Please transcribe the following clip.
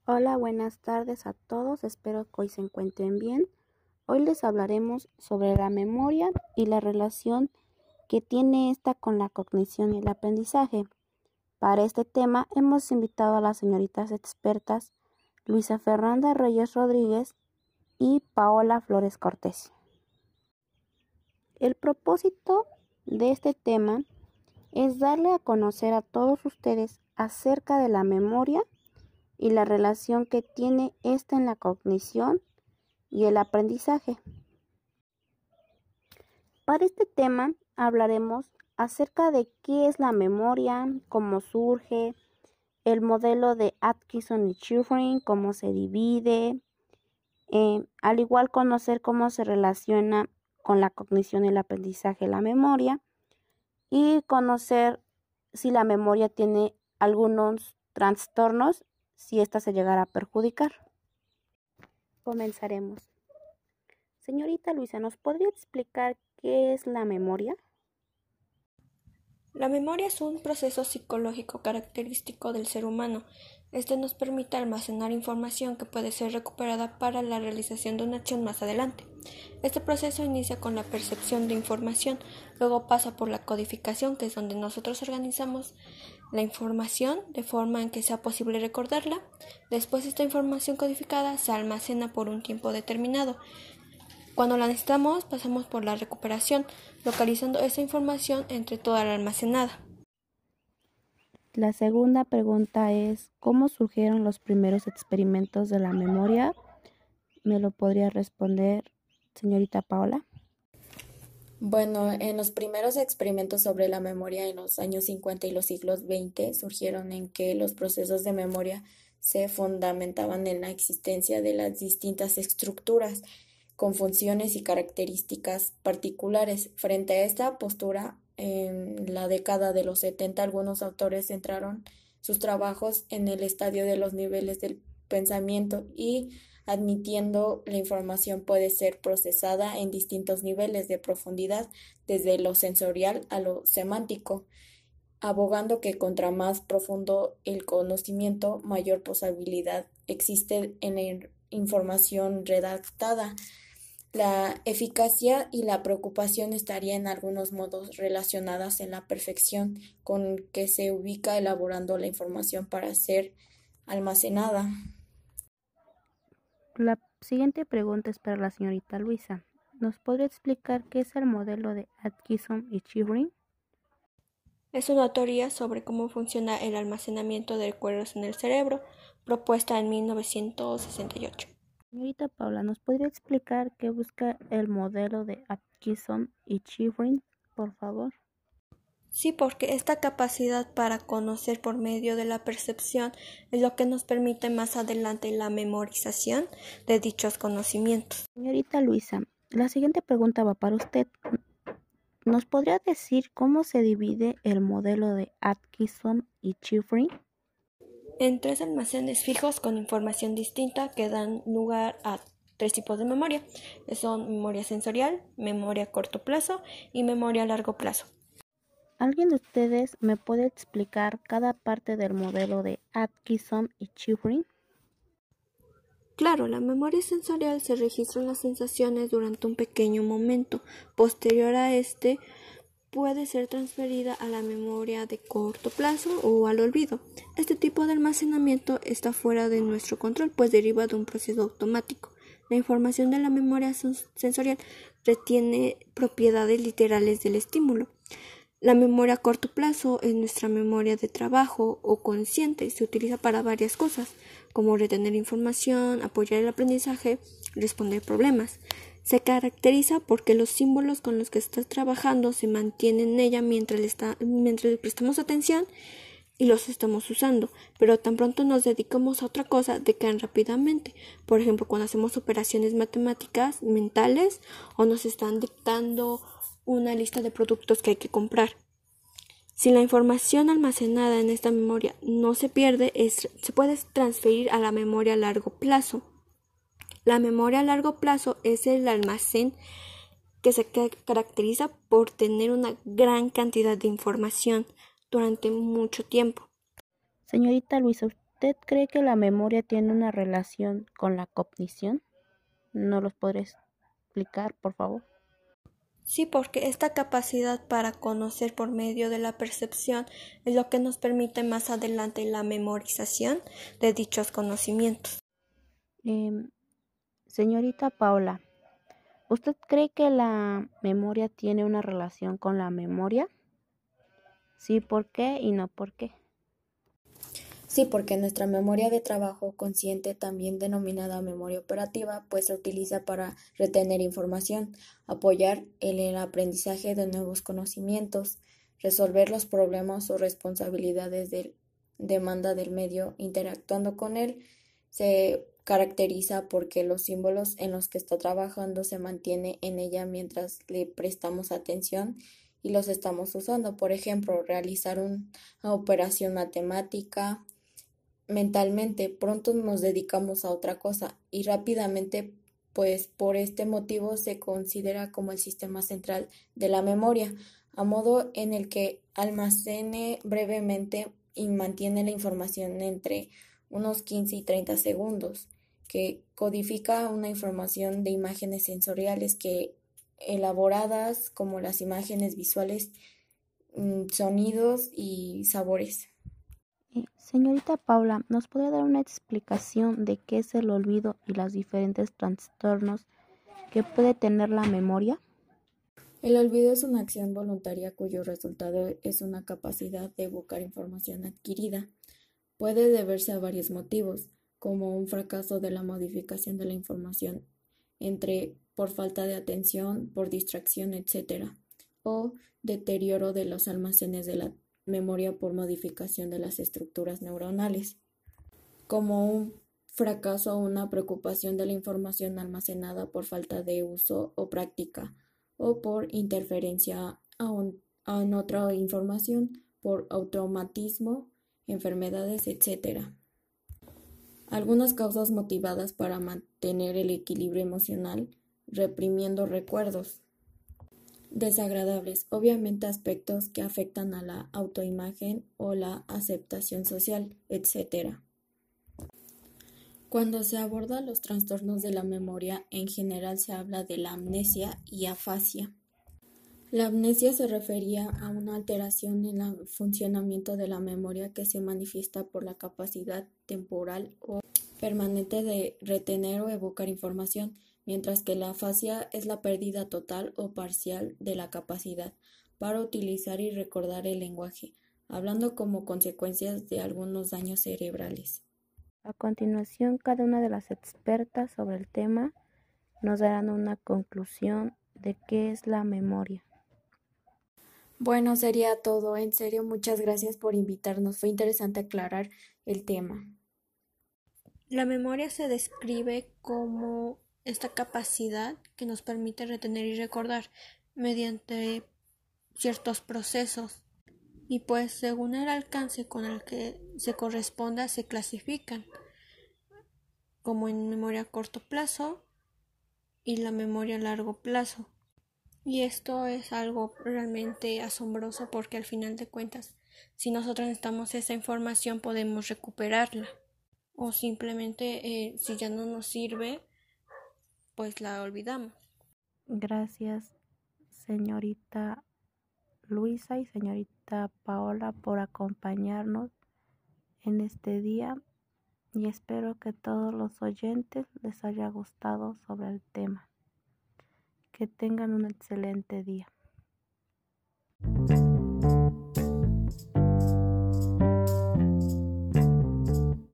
Hola, buenas tardes a todos, espero que hoy se encuentren bien. Hoy les hablaremos sobre la memoria y la relación que tiene esta con la cognición y el aprendizaje. Para este tema hemos invitado a las señoritas expertas Luisa Fernanda Reyes Rodríguez y Paola Flores Cortés. El propósito de este tema es darle a conocer a todos ustedes acerca de la memoria y la relación que tiene esta en la cognición y el aprendizaje. Para este tema hablaremos acerca de qué es la memoria, cómo surge, el modelo de Atkinson y Shiffrin, cómo se divide, al igual conocer cómo se relaciona con la cognición y el aprendizaje la memoria y conocer si la memoria tiene algunos trastornos, si ésta se llegara a perjudicar. Comenzaremos. Señorita Luisa, ¿nos podría explicar qué es la memoria? La memoria es un proceso psicológico característico del ser humano. Este nos permite almacenar información que puede ser recuperada para la realización de una acción más adelante. Este proceso inicia con la percepción de información, luego pasa por la codificación, que es donde nosotros organizamos la información de forma en que sea posible recordarla. Después esta información codificada se almacena por un tiempo determinado. Cuando la necesitamos, pasamos por la recuperación, localizando esa información entre toda la almacenada. La segunda pregunta es, ¿cómo surgieron los primeros experimentos de la memoria? ¿Me lo podría responder, señorita Paola? Bueno, en los primeros experimentos sobre la memoria en los años 50 y los siglos XX surgieron en que los procesos de memoria se fundamentaban en la existencia de las distintas estructuras con funciones y características particulares. Frente a esta postura, en la década de los 70, algunos autores centraron sus trabajos en el estadio de los niveles del pensamiento y admitiendo la información puede ser procesada en distintos niveles de profundidad, desde lo sensorial a lo semántico, abogando que contra más profundo el conocimiento, mayor posibilidad existe en la información redactada. La eficacia y la preocupación estarían en algunos modos relacionadas en la perfección con que se ubica elaborando la información para ser almacenada. La siguiente pregunta es para la señorita Luisa. ¿Nos podría explicar qué es el modelo de Atkinson y Shiffrin? Es una teoría sobre cómo funciona el almacenamiento de recuerdos en el cerebro, propuesta en 1968. Señorita Paula, ¿nos podría explicar qué busca el modelo de Atkinson y Shiffrin, por favor? Sí, porque esta capacidad para conocer por medio de la percepción es lo que nos permite más adelante la memorización de dichos conocimientos. Señorita Luisa, la siguiente pregunta va para usted. ¿Nos podría decir cómo se divide el modelo de Atkinson y Shiffrin? En tres almacenes fijos con información distinta que dan lugar a tres tipos de memoria, que son memoria sensorial, memoria a corto plazo y memoria a largo plazo. ¿Alguien de ustedes me puede explicar cada parte del modelo de Atkinson y Shiffrin? Claro, la memoria sensorial se registran las sensaciones durante un pequeño momento. Posterior a este, puede ser transferida a la memoria de corto plazo o al olvido. Este tipo de almacenamiento está fuera de nuestro control, pues deriva de un proceso automático. La información de la memoria sensorial retiene propiedades literales del estímulo. La memoria a corto plazo es nuestra memoria de trabajo o consciente. Se utiliza para varias cosas, como retener información, apoyar el aprendizaje, responder problemas. Se caracteriza porque los símbolos con los que estás trabajando se mantienen en ella mientras le prestamos atención y los estamos usando, pero tan pronto nos dedicamos a otra cosa, decaen rápidamente. Por ejemplo, cuando hacemos operaciones matemáticas mentales o nos están dictando una lista de productos que hay que comprar. Si la información almacenada en esta memoria no se pierde, se puede transferir a la memoria a largo plazo. La memoria a largo plazo es el almacén que se caracteriza por tener una gran cantidad de información durante mucho tiempo. Señorita Luisa, ¿Usted cree que la memoria tiene una relación con la cognición? ¿No los podría explicar, por favor? Sí, porque esta capacidad para conocer por medio de la percepción es lo que nos permite más adelante la memorización de dichos conocimientos. Señorita Paula, ¿usted cree que la memoria tiene una relación con la memoria? Sí, ¿por qué? Y no, ¿por qué? Sí, porque nuestra memoria de trabajo consciente, también denominada memoria operativa, pues se utiliza para retener información, apoyar el aprendizaje de nuevos conocimientos, resolver los problemas o responsabilidades de demanda del medio interactuando con él. Se caracteriza porque los símbolos en los que está trabajando se mantiene en ella mientras le prestamos atención y los estamos usando. Por ejemplo, realizar una operación matemática. Mentalmente, pronto nos dedicamos a otra cosa y rápidamente, pues por este motivo se considera como el sistema central de la memoria, a modo en el que almacene brevemente y mantiene la información entre unos 15 y 30 segundos, que codifica una información de imágenes sensoriales que elaboradas como las imágenes visuales, sonidos y sabores. Señorita Paula, ¿nos podría dar una explicación de qué es el olvido y los diferentes trastornos que puede tener la memoria? El olvido es una acción voluntaria cuyo resultado es una capacidad de evocar información adquirida. Puede deberse a varios motivos, como un fracaso de la modificación de la información, por falta de atención, por distracción, etc., o deterioro de los almacenes de la memoria por modificación de las estructuras neuronales, como un fracaso o una preocupación de la información almacenada por falta de uso o práctica, o por interferencia en otra información, por automatismo, enfermedades, etc. Algunas causas motivadas para mantener el equilibrio emocional, reprimiendo recuerdos desagradables, obviamente aspectos que afectan a la autoimagen o la aceptación social, etc. Cuando se aborda los trastornos de la memoria, en general se habla de la amnesia y afasia. La amnesia se refería a una alteración en el funcionamiento de la memoria que se manifiesta por la capacidad temporal o permanente de retener o evocar información, mientras que la afasia es la pérdida total o parcial de la capacidad para utilizar y recordar el lenguaje, hablando como consecuencias de algunos daños cerebrales. A continuación, cada una de las expertas sobre el tema nos darán una conclusión de qué es la memoria. Bueno, sería todo. En serio, muchas gracias por invitarnos. Fue interesante aclarar el tema. La memoria se describe como esta capacidad que nos permite retener y recordar mediante ciertos procesos y pues según el alcance con el que se corresponda se clasifican como en memoria a corto plazo y la memoria a largo plazo. Y esto es algo realmente asombroso porque al final de cuentas, si nosotros necesitamos esa información podemos recuperarla o simplemente si ya no nos sirve, pues la olvidamos. Gracias, señorita Luisa y señorita Paola, por acompañarnos en este día y espero que todos los oyentes les haya gustado sobre el tema. Que tengan un excelente día.